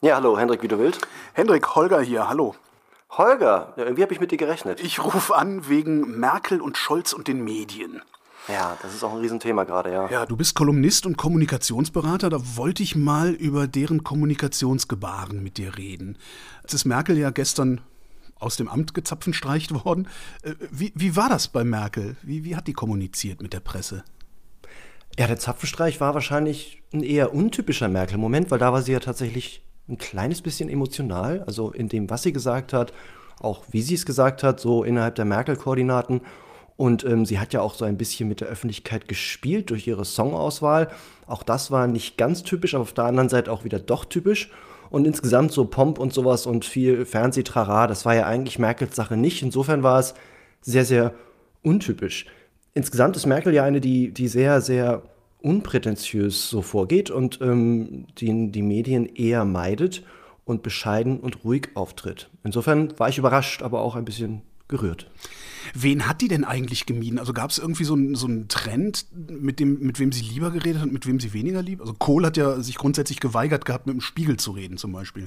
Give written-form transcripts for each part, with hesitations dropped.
Ja, hallo, Hendrik Wiederwild. Hendrik, Holger hier, hallo. Holger, ja, irgendwie habe ich mit dir gerechnet. Ich rufe an wegen Merkel und Scholz und den Medien. Ja, das ist auch ein Riesenthema gerade, ja. Ja, du bist Kolumnist und Kommunikationsberater, da wollte ich mal über deren Kommunikationsgebaren mit dir reden. Jetzt ist Merkel ja gestern aus dem Amt gezapfenstreicht worden. Wie war das bei Merkel? Wie hat die kommuniziert mit der Presse? Ja, der Zapfenstreich war wahrscheinlich ein eher untypischer Merkel-Moment, weil da war sie ja tatsächlich ein kleines bisschen emotional, also in dem, was sie gesagt hat, auch wie sie es gesagt hat, so innerhalb der Merkel-Koordinaten. Und sie hat ja auch so ein bisschen mit der Öffentlichkeit gespielt durch ihre Songauswahl. Auch das war nicht ganz typisch, aber auf der anderen Seite auch wieder doch typisch. Und insgesamt so Pomp und sowas und viel Fernsehtrara, das war ja eigentlich Merkels Sache nicht. Insofern war es sehr, sehr untypisch. Insgesamt ist Merkel ja eine, die sehr, sehr unprätentiös so vorgeht und die Medien eher meidet und bescheiden und ruhig auftritt. Insofern war ich überrascht, aber auch ein bisschen gerührt. Wen hat die denn eigentlich gemieden? Also gab es irgendwie so einen Trend, mit wem sie lieber geredet hat und mit wem sie weniger lieb? Also Kohl hat ja sich grundsätzlich geweigert gehabt, mit dem Spiegel zu reden zum Beispiel.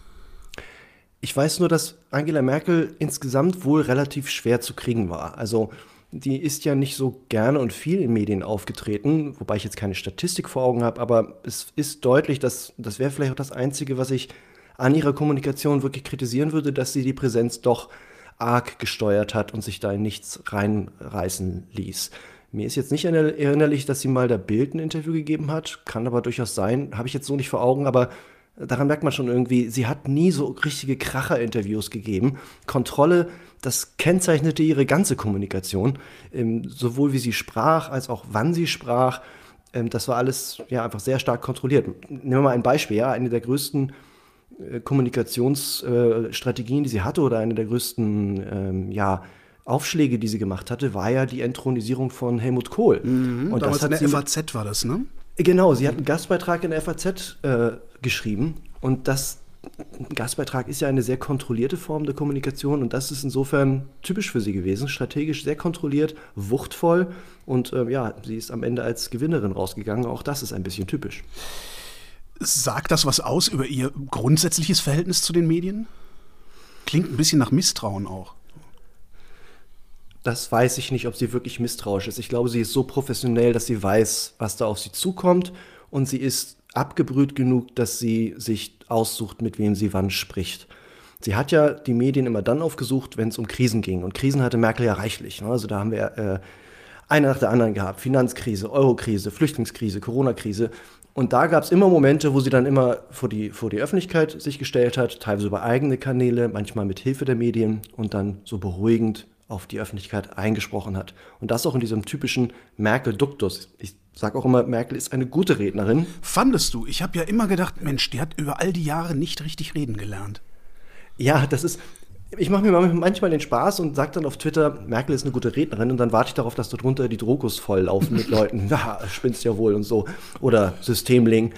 Ich weiß nur, dass Angela Merkel insgesamt wohl relativ schwer zu kriegen war. Also die ist ja nicht so gerne und viel in Medien aufgetreten, wobei ich jetzt keine Statistik vor Augen habe, aber es ist deutlich, dass das wäre vielleicht auch das Einzige, was ich an ihrer Kommunikation wirklich kritisieren würde, dass sie die Präsenz doch arg gesteuert hat und sich da in nichts reinreißen ließ. Mir ist jetzt nicht erinnerlich, dass sie mal der Bild ein Interview gegeben hat, kann aber durchaus sein, habe ich jetzt so nicht vor Augen, aber daran merkt man schon irgendwie, sie hat nie so richtige Kracher-Interviews gegeben. Kontrolle, das kennzeichnete ihre ganze Kommunikation, sowohl wie sie sprach, als auch wann sie sprach. Das war alles ja einfach sehr stark kontrolliert. Nehmen wir mal ein Beispiel, ja, eine der größten Kommunikationsstrategien, die sie hatte, oder eine der größten Aufschläge, die sie gemacht hatte, war ja die Enthronisierung von Helmut Kohl. Und damals das hat in der FAZ war das, ne? Genau, sie hat einen Gastbeitrag in der FAZ geschrieben und das Gastbeitrag ist ja eine sehr kontrollierte Form der Kommunikation und das ist insofern typisch für sie gewesen, strategisch sehr kontrolliert, wuchtvoll und sie ist am Ende als Gewinnerin rausgegangen, auch das ist ein bisschen typisch. Sagt das was aus über ihr grundsätzliches Verhältnis zu den Medien? Klingt ein bisschen nach Misstrauen auch. Das weiß ich nicht, ob sie wirklich misstrauisch ist. Ich glaube, sie ist so professionell, dass sie weiß, was da auf sie zukommt. Und sie ist abgebrüht genug, dass sie sich aussucht, mit wem sie wann spricht. Sie hat ja die Medien immer dann aufgesucht, wenn es um Krisen ging. Und Krisen hatte Merkel ja reichlich. Also da haben wir eine nach der anderen gehabt. Finanzkrise, Eurokrise, Flüchtlingskrise, Corona-Krise. Und da gab es immer Momente, wo sie dann immer vor die Öffentlichkeit sich gestellt hat, teilweise über eigene Kanäle, manchmal mit Hilfe der Medien und dann so beruhigend auf die Öffentlichkeit eingesprochen hat. Und das auch in diesem typischen Merkel-Duktus. Ich sage auch immer, Merkel ist eine gute Rednerin. Fandest du? Ich habe ja immer gedacht, Mensch, die hat über all die Jahre nicht richtig reden gelernt. Ja, ich mache mir manchmal den Spaß und sage dann auf Twitter, Merkel ist eine gute Rednerin und dann warte ich darauf, dass darunter die Drogus voll laufen mit Leuten, spinnst ja wohl und so. Oder Systemling.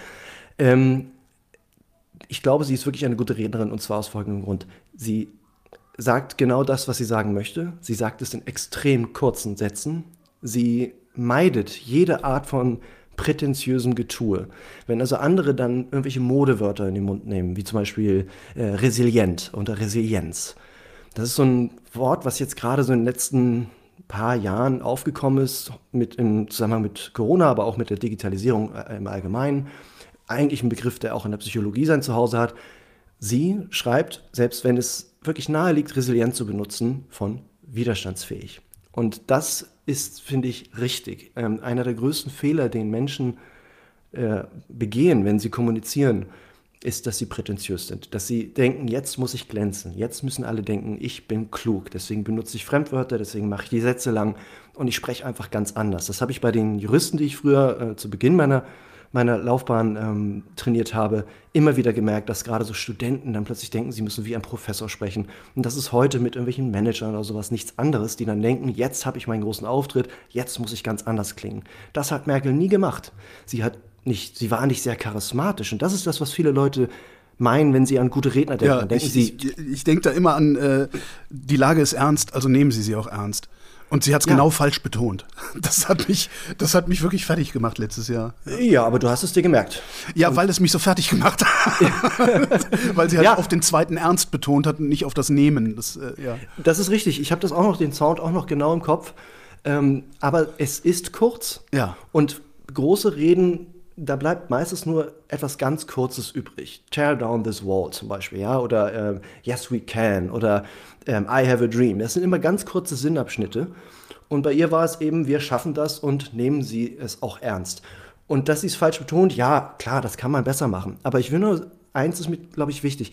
Ich glaube, sie ist wirklich eine gute Rednerin und zwar aus folgendem Grund. Sie sagt genau das, was sie sagen möchte. Sie sagt es in extrem kurzen Sätzen. Sie meidet jede Art von prätentiösem Getue. Wenn also andere dann irgendwelche Modewörter in den Mund nehmen, wie zum Beispiel resilient oder Resilienz. Das ist so ein Wort, was jetzt gerade so in den letzten paar Jahren aufgekommen ist, im Zusammenhang mit Corona, aber auch mit der Digitalisierung im Allgemeinen. Eigentlich ein Begriff, der auch in der Psychologie sein Zuhause hat. Sie schreibt, selbst wenn es wirklich nahe liegt, resilient zu benutzen, von widerstandsfähig. Und das ist, finde ich, richtig. Einer der größten Fehler, den Menschen begehen, wenn sie kommunizieren, ist, dass sie prätentiös sind. Dass sie denken, jetzt muss ich glänzen. Jetzt müssen alle denken, ich bin klug. Deswegen benutze ich Fremdwörter, deswegen mache ich die Sätze lang und ich spreche einfach ganz anders. Das habe ich bei den Juristen, die ich früher zu Beginn meiner Laufbahn trainiert habe, immer wieder gemerkt, dass gerade so Studenten dann plötzlich denken, sie müssen wie ein Professor sprechen. Und das ist heute mit irgendwelchen Managern oder sowas nichts anderes, die dann denken, jetzt habe ich meinen großen Auftritt, jetzt muss ich ganz anders klingen. Das hat Merkel nie gemacht. Sie war nicht sehr charismatisch. Und das ist das, was viele Leute meinen, wenn sie an gute Redner denken. Ja, ich denke da immer an, die Lage ist ernst, also nehmen Sie sie auch ernst. Und sie hat es genau falsch betont. Das hat mich wirklich fertig gemacht letztes Jahr. Ja, aber du hast es dir gemerkt. Ja, weil es mich so fertig gemacht hat. Weil sie halt auf den zweiten Ernst betont hat und nicht auf das Nehmen. Das ist richtig. Ich habe das auch noch, den Sound auch noch genau im Kopf. Aber es ist kurz. Ja. Und große Reden, da bleibt meistens nur etwas ganz Kurzes übrig. Tear down this wall zum Beispiel, ja, oder Yes we can oder I have a dream. Das sind immer ganz kurze Sinnabschnitte. Und bei ihr war es eben, wir schaffen das und nehmen Sie es auch ernst. Und dass sie es falsch betont, ja, klar, das kann man besser machen. Aber ich will nur, eins ist mir, glaube ich, wichtig.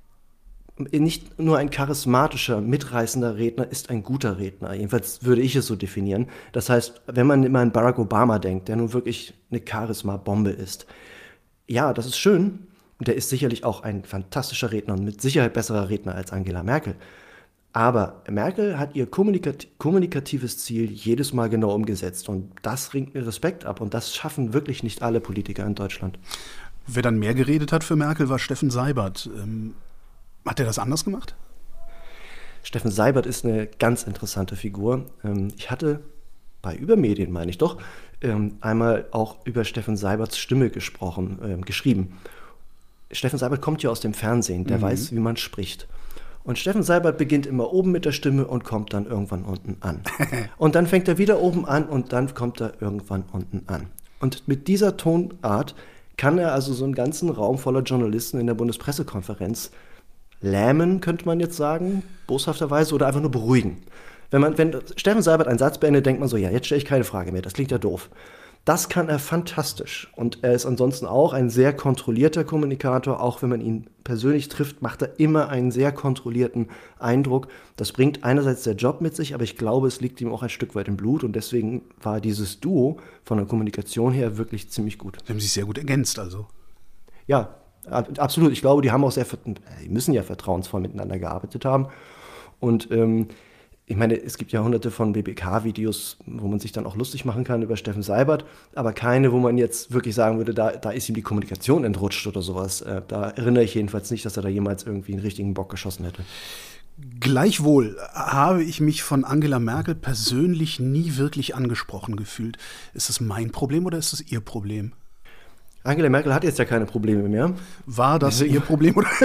Nicht nur ein charismatischer, mitreißender Redner ist ein guter Redner. Jedenfalls würde ich es so definieren. Das heißt, wenn man immer an Barack Obama denkt, der nun wirklich eine Charisma-Bombe ist, ja, das ist schön. Und der ist sicherlich auch ein fantastischer Redner und mit Sicherheit besserer Redner als Angela Merkel. Aber Merkel hat ihr kommunikatives Ziel jedes Mal genau umgesetzt. Und das ringt mir Respekt ab. Und das schaffen wirklich nicht alle Politiker in Deutschland. Wer dann mehr geredet hat für Merkel, war Steffen Seibert. Hat er das anders gemacht? Steffen Seibert ist eine ganz interessante Figur. Ich hatte bei Übermedien, meine ich doch, einmal auch über Steffen Seiberts Stimme geschrieben. Steffen Seibert kommt ja aus dem Fernsehen, der weiß, wie man spricht. Und Steffen Seibert beginnt immer oben mit der Stimme und kommt dann irgendwann unten an. Und dann fängt er wieder oben an und dann kommt er irgendwann unten an. Und mit dieser Tonart kann er also so einen ganzen Raum voller Journalisten in der Bundespressekonferenz lähmen, könnte man jetzt sagen, boshafterweise, oder einfach nur beruhigen. Wenn Steffen Seibert einen Satz beendet, denkt man so, ja, jetzt stelle ich keine Frage mehr, das klingt ja doof. Das kann er fantastisch. Und er ist ansonsten auch ein sehr kontrollierter Kommunikator. Auch wenn man ihn persönlich trifft, macht er immer einen sehr kontrollierten Eindruck. Das bringt einerseits der Job mit sich, aber ich glaube, es liegt ihm auch ein Stück weit im Blut. Und deswegen war dieses Duo von der Kommunikation her wirklich ziemlich gut. Sie haben sich sehr gut ergänzt, also. Ja, absolut. Ich glaube, die müssen ja vertrauensvoll miteinander gearbeitet haben. Und ich meine, es gibt ja hunderte von BBK-Videos, wo man sich dann auch lustig machen kann über Steffen Seibert, aber keine, wo man jetzt wirklich sagen würde, da ist ihm die Kommunikation entrutscht oder sowas. Da erinnere ich jedenfalls nicht, dass er da jemals irgendwie einen richtigen Bock geschossen hätte. Gleichwohl habe ich mich von Angela Merkel persönlich nie wirklich angesprochen gefühlt. Ist das mein Problem oder ist das ihr Problem? Angela Merkel hat jetzt ja keine Probleme mehr. War das ihr Problem oder?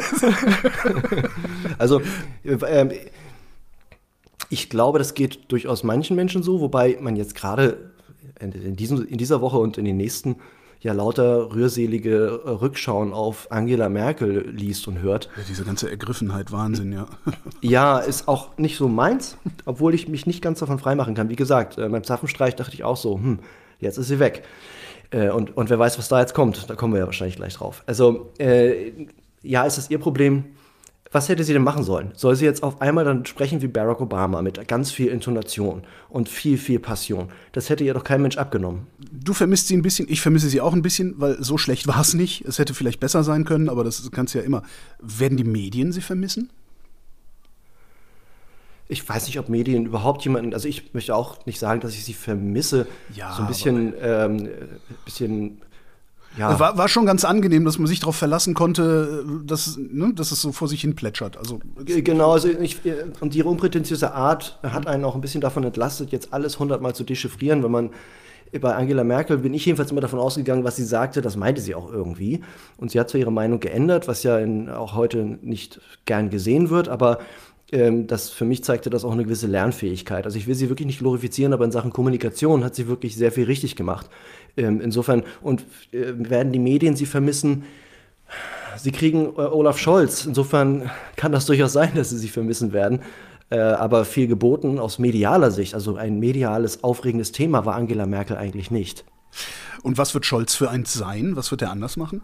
Also, ich glaube, das geht durchaus manchen Menschen so, wobei man jetzt gerade in dieser Woche und in den nächsten ja lauter rührselige Rückschauen auf Angela Merkel liest und hört. Ja, diese ganze Ergriffenheit, Wahnsinn, ja. Ja, ist auch nicht so meins, obwohl ich mich nicht ganz davon freimachen kann. Wie gesagt, beim Zapfenstreich dachte ich auch so, jetzt ist sie weg. Und wer weiß, was da jetzt kommt. Da kommen wir ja wahrscheinlich gleich drauf. Also, ja, ist das ihr Problem? Was hätte sie denn machen sollen? Soll sie jetzt auf einmal dann sprechen wie Barack Obama mit ganz viel Intonation und viel, viel Passion? Das hätte ihr doch kein Mensch abgenommen. Du vermisst sie ein bisschen, ich vermisse sie auch ein bisschen, weil so schlecht war es nicht. Es hätte vielleicht besser sein können, aber das kannst du ja immer. Werden die Medien sie vermissen? Ich weiß nicht, ob Medien überhaupt jemanden, also ich möchte auch nicht sagen, dass ich sie vermisse. Ja, so ein bisschen, ja. War schon ganz angenehm, dass man sich darauf verlassen konnte, dass es so vor sich hin plätschert. Also, genau, also und ihre unprätentiöse Art hat einen auch ein bisschen davon entlastet, jetzt alles 100-mal zu dechiffrieren, wenn man bei Angela Merkel bin ich jedenfalls immer davon ausgegangen, was sie sagte, das meinte sie auch irgendwie. Und sie hat zwar ihre Meinung geändert, was ja auch heute nicht gern gesehen wird, aber das für mich zeigte das auch eine gewisse Lernfähigkeit. Also ich will sie wirklich nicht glorifizieren, aber in Sachen Kommunikation hat sie wirklich sehr viel richtig gemacht. Insofern, und werden die Medien sie vermissen? Sie kriegen Olaf Scholz. Insofern kann das durchaus sein, dass sie sie vermissen werden. Aber viel geboten aus medialer Sicht, also ein mediales, aufregendes Thema war Angela Merkel eigentlich nicht. Und was wird Scholz für eins sein? Was wird er anders machen?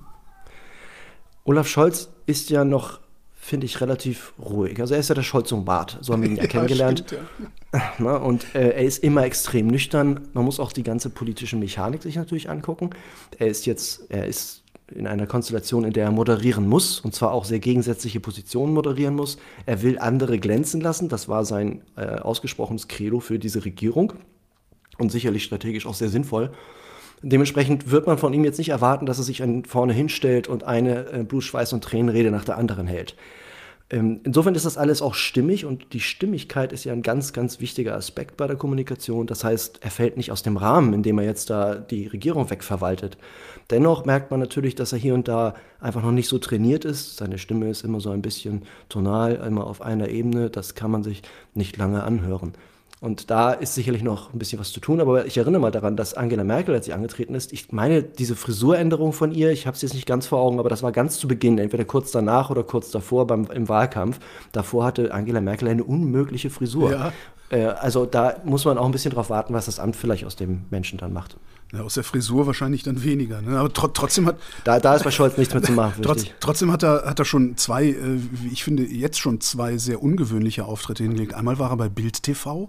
Olaf Scholz ist ja noch, finde ich, relativ ruhig. Also er ist ja der Scholz um Bart, so haben wir ihn ja kennengelernt. Stimmt, ja. Na, und er ist immer extrem nüchtern. Man muss auch die ganze politische Mechanik sich natürlich angucken. Er ist in einer Konstellation, in der er moderieren muss, und zwar auch sehr gegensätzliche Positionen moderieren muss. Er will andere glänzen lassen. Das war sein ausgesprochenes Credo für diese Regierung und sicherlich strategisch auch sehr sinnvoll. Dementsprechend wird man von ihm jetzt nicht erwarten, dass er sich vorne hinstellt und eine Blut, Schweiß und Tränenrede nach der anderen hält. Insofern ist das alles auch stimmig und die Stimmigkeit ist ja ein ganz, ganz wichtiger Aspekt bei der Kommunikation. Das heißt, er fällt nicht aus dem Rahmen, indem er jetzt da die Regierung wegverwaltet. Dennoch merkt man natürlich, dass er hier und da einfach noch nicht so trainiert ist. Seine Stimme ist immer so ein bisschen tonal, immer auf einer Ebene. Das kann man sich nicht lange anhören. Und da ist sicherlich noch ein bisschen was zu tun, aber ich erinnere mal daran, dass Angela Merkel, als sie angetreten ist, ich meine, diese Frisuränderung von ihr, ich habe es jetzt nicht ganz vor Augen, aber das war ganz zu Beginn, entweder kurz danach oder kurz davor im Wahlkampf. Davor hatte Angela Merkel eine unmögliche Frisur. Ja. Also da muss man auch ein bisschen drauf warten, was das Amt vielleicht aus dem Menschen dann macht. Ja, aus der Frisur wahrscheinlich dann weniger. Ne? Aber trotzdem hat... Da ist bei Scholz nichts mehr zu machen. Trotzdem hat er schon zwei, wie ich finde, jetzt schon zwei sehr ungewöhnliche Auftritte hingelegt. Einmal war er bei Bild TV.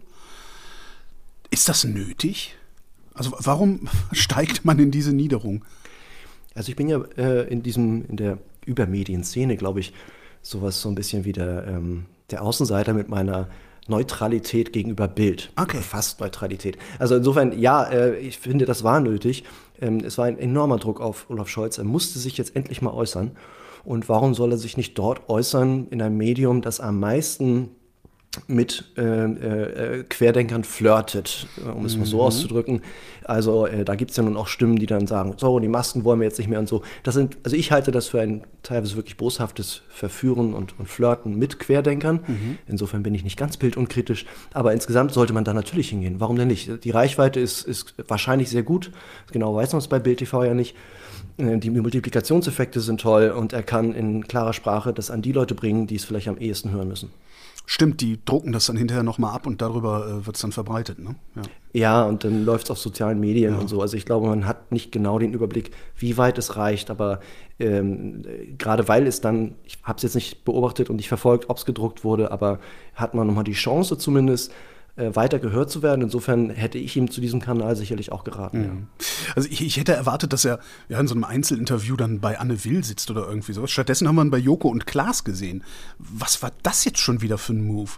Ist das nötig? Also warum steigt man in diese Niederung? Also ich bin ja in der Übermedienszene, glaube ich, sowas so ein bisschen wie der Außenseiter mit meiner Neutralität gegenüber Bild. Okay. Fast Neutralität. Also insofern, ja, ich finde, das war nötig. Es war ein enormer Druck auf Olaf Scholz. Er musste sich jetzt endlich mal äußern. Und warum soll er sich nicht dort äußern, in einem Medium, das am meisten mit Querdenkern flirtet, um es mal so auszudrücken. Also da gibt es ja nun auch Stimmen, die dann sagen, so, die Masken wollen wir jetzt nicht mehr und so. Also ich halte das für ein teilweise wirklich boshaftes Verführen und Flirten mit Querdenkern. Insofern bin ich nicht ganz bildunkritisch, aber insgesamt sollte man da natürlich hingehen. Warum denn nicht? Die Reichweite ist wahrscheinlich sehr gut, genau weiß man es bei Bild TV ja nicht. Die Multiplikationseffekte sind toll und er kann in klarer Sprache das an die Leute bringen, die es vielleicht am ehesten hören müssen. Stimmt, die drucken das dann hinterher nochmal ab und darüber wird es dann verbreitet, ne? Ja, und dann läuft es auf sozialen Medien und so. Also ich glaube, man hat nicht genau den Überblick, wie weit es reicht, aber gerade weil es dann, ich habe es jetzt nicht beobachtet und nicht verfolgt, ob es gedruckt wurde, aber hat man nochmal die Chance zumindest, weiter gehört zu werden. Insofern hätte ich ihm zu diesem Kanal sicherlich auch geraten. Ja. Also ich hätte erwartet, dass er in so einem Einzelinterview dann bei Anne Will sitzt oder irgendwie sowas. Stattdessen haben wir ihn bei Joko und Klaas gesehen. Was war das jetzt schon wieder für ein Move?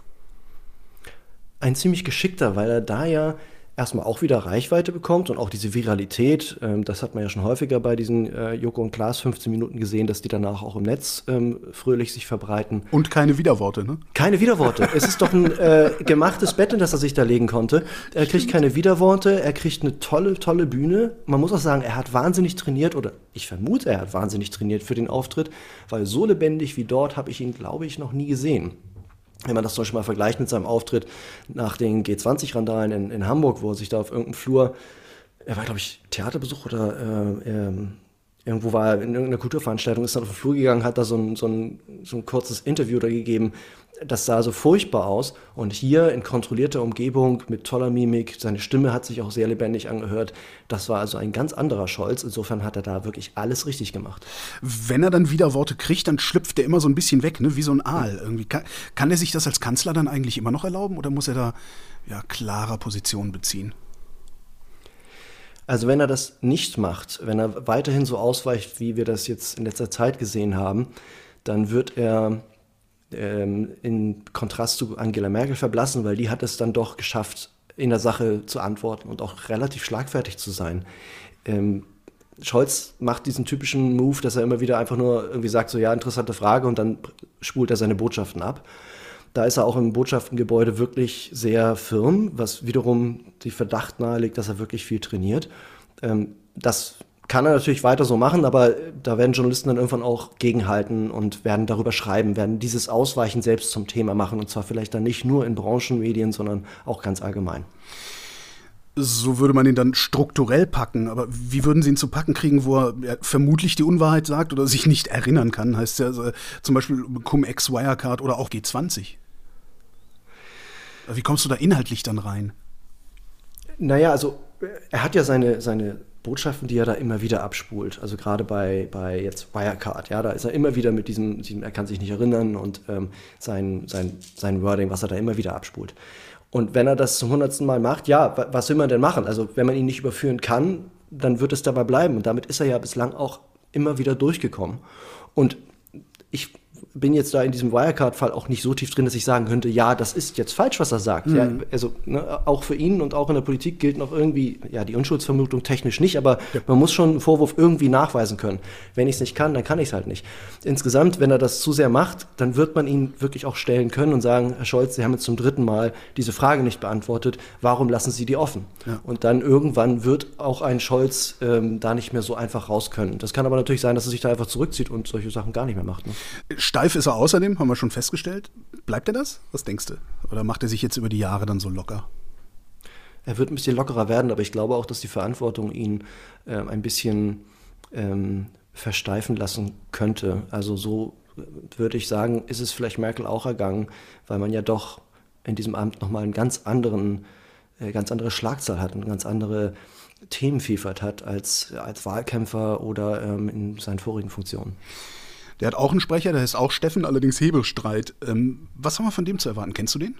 Ein ziemlich geschickter, weil er da ja erstmal auch wieder Reichweite bekommt und auch diese Viralität, das hat man ja schon häufiger bei diesen Joko und Klaas 15 Minuten gesehen, dass die danach auch im Netz fröhlich sich verbreiten. Und keine Widerworte, ne? Keine Widerworte. Es ist doch ein gemachtes Bett, in das er sich da legen konnte. Er kriegt keine Widerworte, er kriegt eine tolle, tolle Bühne. Man muss auch sagen, er hat wahnsinnig trainiert, oder ich vermute, er hat wahnsinnig trainiert für den Auftritt, weil so lebendig wie dort habe ich ihn, glaube ich, noch nie gesehen. Wenn man das zum Beispiel mal vergleicht mit seinem Auftritt nach den G20-Randalen in Hamburg, wo er sich da auf irgendeinem Flur, er war, glaube ich, Theaterbesuch oder irgendwo war er in irgendeiner Kulturveranstaltung, ist dann auf den Flur gegangen, hat da so ein kurzes Interview da gegeben. Das sah so furchtbar aus. Und hier in kontrollierter Umgebung mit toller Mimik, seine Stimme hat sich auch sehr lebendig angehört. Das war also ein ganz anderer Scholz. Insofern hat er da wirklich alles richtig gemacht. Wenn er dann wieder Worte kriegt, dann schlüpft er immer so ein bisschen weg, ne? Wie so ein Aal. Irgendwie. Kann er sich das als Kanzler dann eigentlich immer noch erlauben oder muss er da klarer Position beziehen? Also wenn er das nicht macht, wenn er weiterhin so ausweicht, wie wir das jetzt in letzter Zeit gesehen haben, dann wird er in Kontrast zu Angela Merkel verblassen, weil die hat es dann doch geschafft, in der Sache zu antworten und auch relativ schlagfertig zu sein. Scholz macht diesen typischen Move, dass er immer wieder einfach nur irgendwie sagt, so ja, interessante Frage und dann spult er seine Botschaften ab. Da ist er auch im Botschaftengebäude wirklich sehr firm, was wiederum die Verdacht nahelegt, dass er wirklich viel trainiert. Das kann er natürlich weiter so machen, aber da werden Journalisten dann irgendwann auch gegenhalten und werden darüber schreiben, werden dieses Ausweichen selbst zum Thema machen und zwar vielleicht dann nicht nur in Branchenmedien, sondern auch ganz allgemein. So würde man ihn dann strukturell packen, aber wie würden Sie ihn zu packen kriegen, wo er vermutlich die Unwahrheit sagt oder sich nicht erinnern kann, heißt ja zum Beispiel Cum-Ex, Wirecard oder auch G20. Wie kommst du da inhaltlich dann rein? Naja, also er hat ja seine Botschaften, die er da immer wieder abspult. Also gerade bei jetzt Wirecard, ja, da ist er immer wieder mit diesem er kann sich nicht erinnern und sein Wording, was er da immer wieder abspult. Und wenn er das zum 100. Mal macht, ja, was will man denn machen? Also wenn man ihn nicht überführen kann, dann wird es dabei bleiben. Und damit ist er ja bislang auch immer wieder durchgekommen. Und ich bin jetzt da in diesem Wirecard-Fall auch nicht so tief drin, dass ich sagen könnte, ja, das ist jetzt falsch, was er sagt. Ja, also auch für ihn und auch in der Politik gilt noch irgendwie, ja, die Unschuldsvermutung technisch nicht, aber man muss schon einen Vorwurf irgendwie nachweisen können. Wenn ich es nicht kann, dann kann ich es halt nicht. Insgesamt, wenn er das zu sehr macht, dann wird man ihn wirklich auch stellen können und sagen, Herr Scholz, Sie haben jetzt zum 3. Mal diese Frage nicht beantwortet, warum lassen Sie die offen? Ja. Und dann irgendwann wird auch ein Scholz da nicht mehr so einfach raus können. Das kann aber natürlich sein, dass er sich da einfach zurückzieht und solche Sachen gar nicht mehr macht. Ne? Steif ist er außerdem, haben wir schon festgestellt. Bleibt er das? Was denkst du? Oder macht er sich jetzt über die Jahre dann so locker? Er wird ein bisschen lockerer werden, aber ich glaube auch, dass die Verantwortung ihn ein bisschen versteifen lassen könnte. Also so würde ich sagen, ist es vielleicht Merkel auch ergangen, weil man ja doch in diesem Amt nochmal einen ganz andere Schlagzahl hat, eine ganz andere Themenvielfalt hat als Wahlkämpfer oder in seinen vorigen Funktionen. Der hat auch einen Sprecher, der heißt auch Steffen, allerdings Hebestreit. Was haben wir von dem zu erwarten? Kennst du den?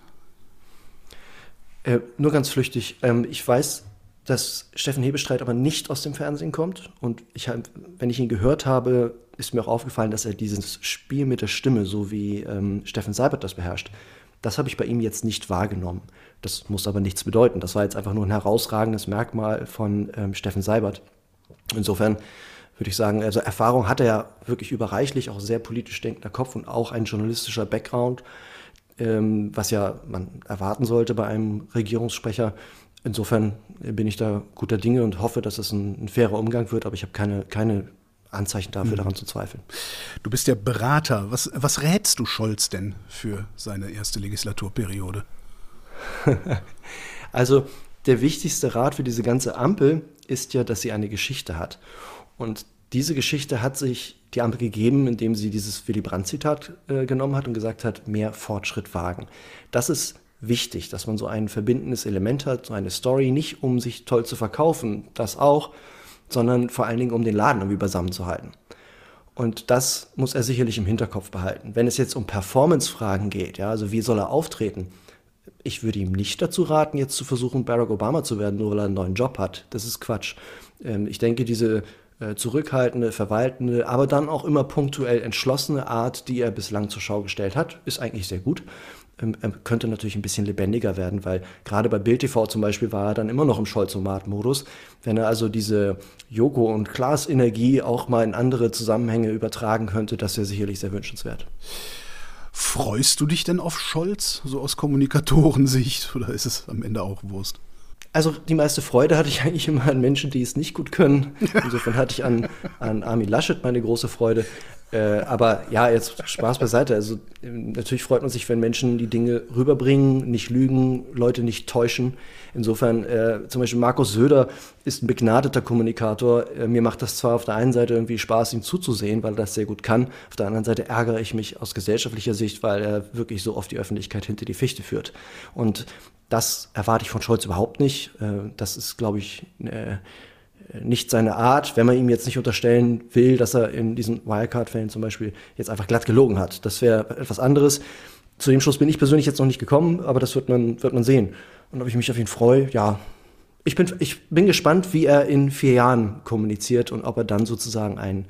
Nur ganz flüchtig. Ich weiß, dass Steffen Hebestreit aber nicht aus dem Fernsehen kommt. Und wenn ich ihn gehört habe, ist mir auch aufgefallen, dass er dieses Spiel mit der Stimme, so wie Steffen Seibert das beherrscht, das habe ich bei ihm jetzt nicht wahrgenommen. Das muss aber nichts bedeuten. Das war jetzt einfach nur ein herausragendes Merkmal von Steffen Seibert. Insofern würde ich sagen, also Erfahrung hat er ja wirklich überreichlich, auch sehr politisch denkender Kopf und auch ein journalistischer Background, was ja man erwarten sollte bei einem Regierungssprecher. Insofern bin ich da guter Dinge und hoffe, dass es ein fairer Umgang wird, aber ich habe keine Anzeichen dafür, daran zu zweifeln. Du bist ja Berater. Was rätst du Scholz denn für seine erste Legislaturperiode? Also der wichtigste Rat für diese ganze Ampel ist ja, dass sie eine Geschichte hat. Und diese Geschichte hat sich die Ampel gegeben, indem sie dieses Willy Brandt-Zitat genommen hat und gesagt hat, mehr Fortschritt wagen. Das ist wichtig, dass man so ein verbindendes Element hat, so eine Story, nicht um sich toll zu verkaufen, das auch, sondern vor allen Dingen um den Laden irgendwie beisammen zu halten. Und das muss er sicherlich im Hinterkopf behalten. Wenn es jetzt um Performance-Fragen geht, ja, also wie soll er auftreten, ich würde ihm nicht dazu raten, jetzt zu versuchen, Barack Obama zu werden, nur weil er einen neuen Job hat. Das ist Quatsch. Ich denke, diese zurückhaltende, verwaltende, aber dann auch immer punktuell entschlossene Art, die er bislang zur Schau gestellt hat, ist eigentlich sehr gut. Er könnte natürlich ein bisschen lebendiger werden, weil gerade bei Bild TV zum Beispiel war er dann immer noch im Scholzomat-Modus. Wenn er also diese Joko- und Klaas-Energie auch mal in andere Zusammenhänge übertragen könnte, das wäre sicherlich sehr wünschenswert. Freust du dich denn auf Scholz, so aus Kommunikatorensicht, oder ist es am Ende auch Wurst? Also die meiste Freude hatte ich eigentlich immer an Menschen, die es nicht gut können. Insofern hatte ich an Armin Laschet meine große Freude. Aber ja, jetzt Spaß beiseite. Also natürlich freut man sich, wenn Menschen die Dinge rüberbringen, nicht lügen, Leute nicht täuschen. Insofern zum Beispiel Markus Söder ist ein begnadeter Kommunikator. Mir macht das zwar auf der einen Seite irgendwie Spaß, ihm zuzusehen, weil er das sehr gut kann. Auf der anderen Seite ärgere ich mich aus gesellschaftlicher Sicht, weil er wirklich so oft die Öffentlichkeit hinter die Fichte führt. Und das erwarte ich von Scholz überhaupt nicht. Das ist, glaube ich, nicht seine Art, wenn man ihm jetzt nicht unterstellen will, dass er in diesen Wirecard-Fällen zum Beispiel jetzt einfach glatt gelogen hat. Das wäre etwas anderes. Zu dem Schluss bin ich persönlich jetzt noch nicht gekommen, aber das wird man sehen. Und ob ich mich auf ihn freue, ja. Ich bin gespannt, wie er in 4 Jahren kommuniziert und ob er dann sozusagen eine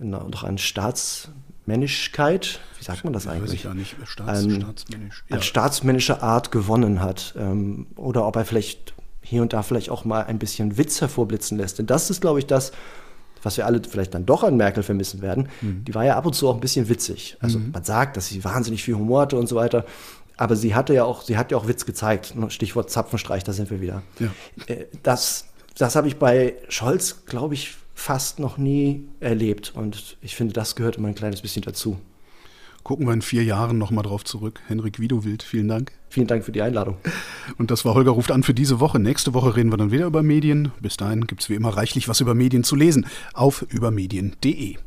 Staatsmännischkeit, wie sagt man das eigentlich? Weiß ich ja nicht. An staatsmännischer Art gewonnen hat. Oder ob er vielleicht hier und da vielleicht auch mal ein bisschen Witz hervorblitzen lässt. Denn das ist, glaube ich, das, was wir alle vielleicht dann doch an Merkel vermissen werden. Die war ja ab und zu auch ein bisschen witzig. Also man sagt, dass sie wahnsinnig viel Humor hatte und so weiter. Aber sie hat ja auch Witz gezeigt. Stichwort Zapfenstreich, da sind wir wieder. Ja. Das habe ich bei Scholz, glaube ich, fast noch nie erlebt. Und ich finde, das gehört immer ein kleines bisschen dazu. Gucken wir in 4 Jahren nochmal drauf zurück. Henrik Wiedowild, vielen Dank. Vielen Dank für die Einladung. Und das war Holger ruft an für diese Woche. Nächste Woche reden wir dann wieder über Medien. Bis dahin gibt es wie immer reichlich was über Medien zu lesen auf übermedien.de.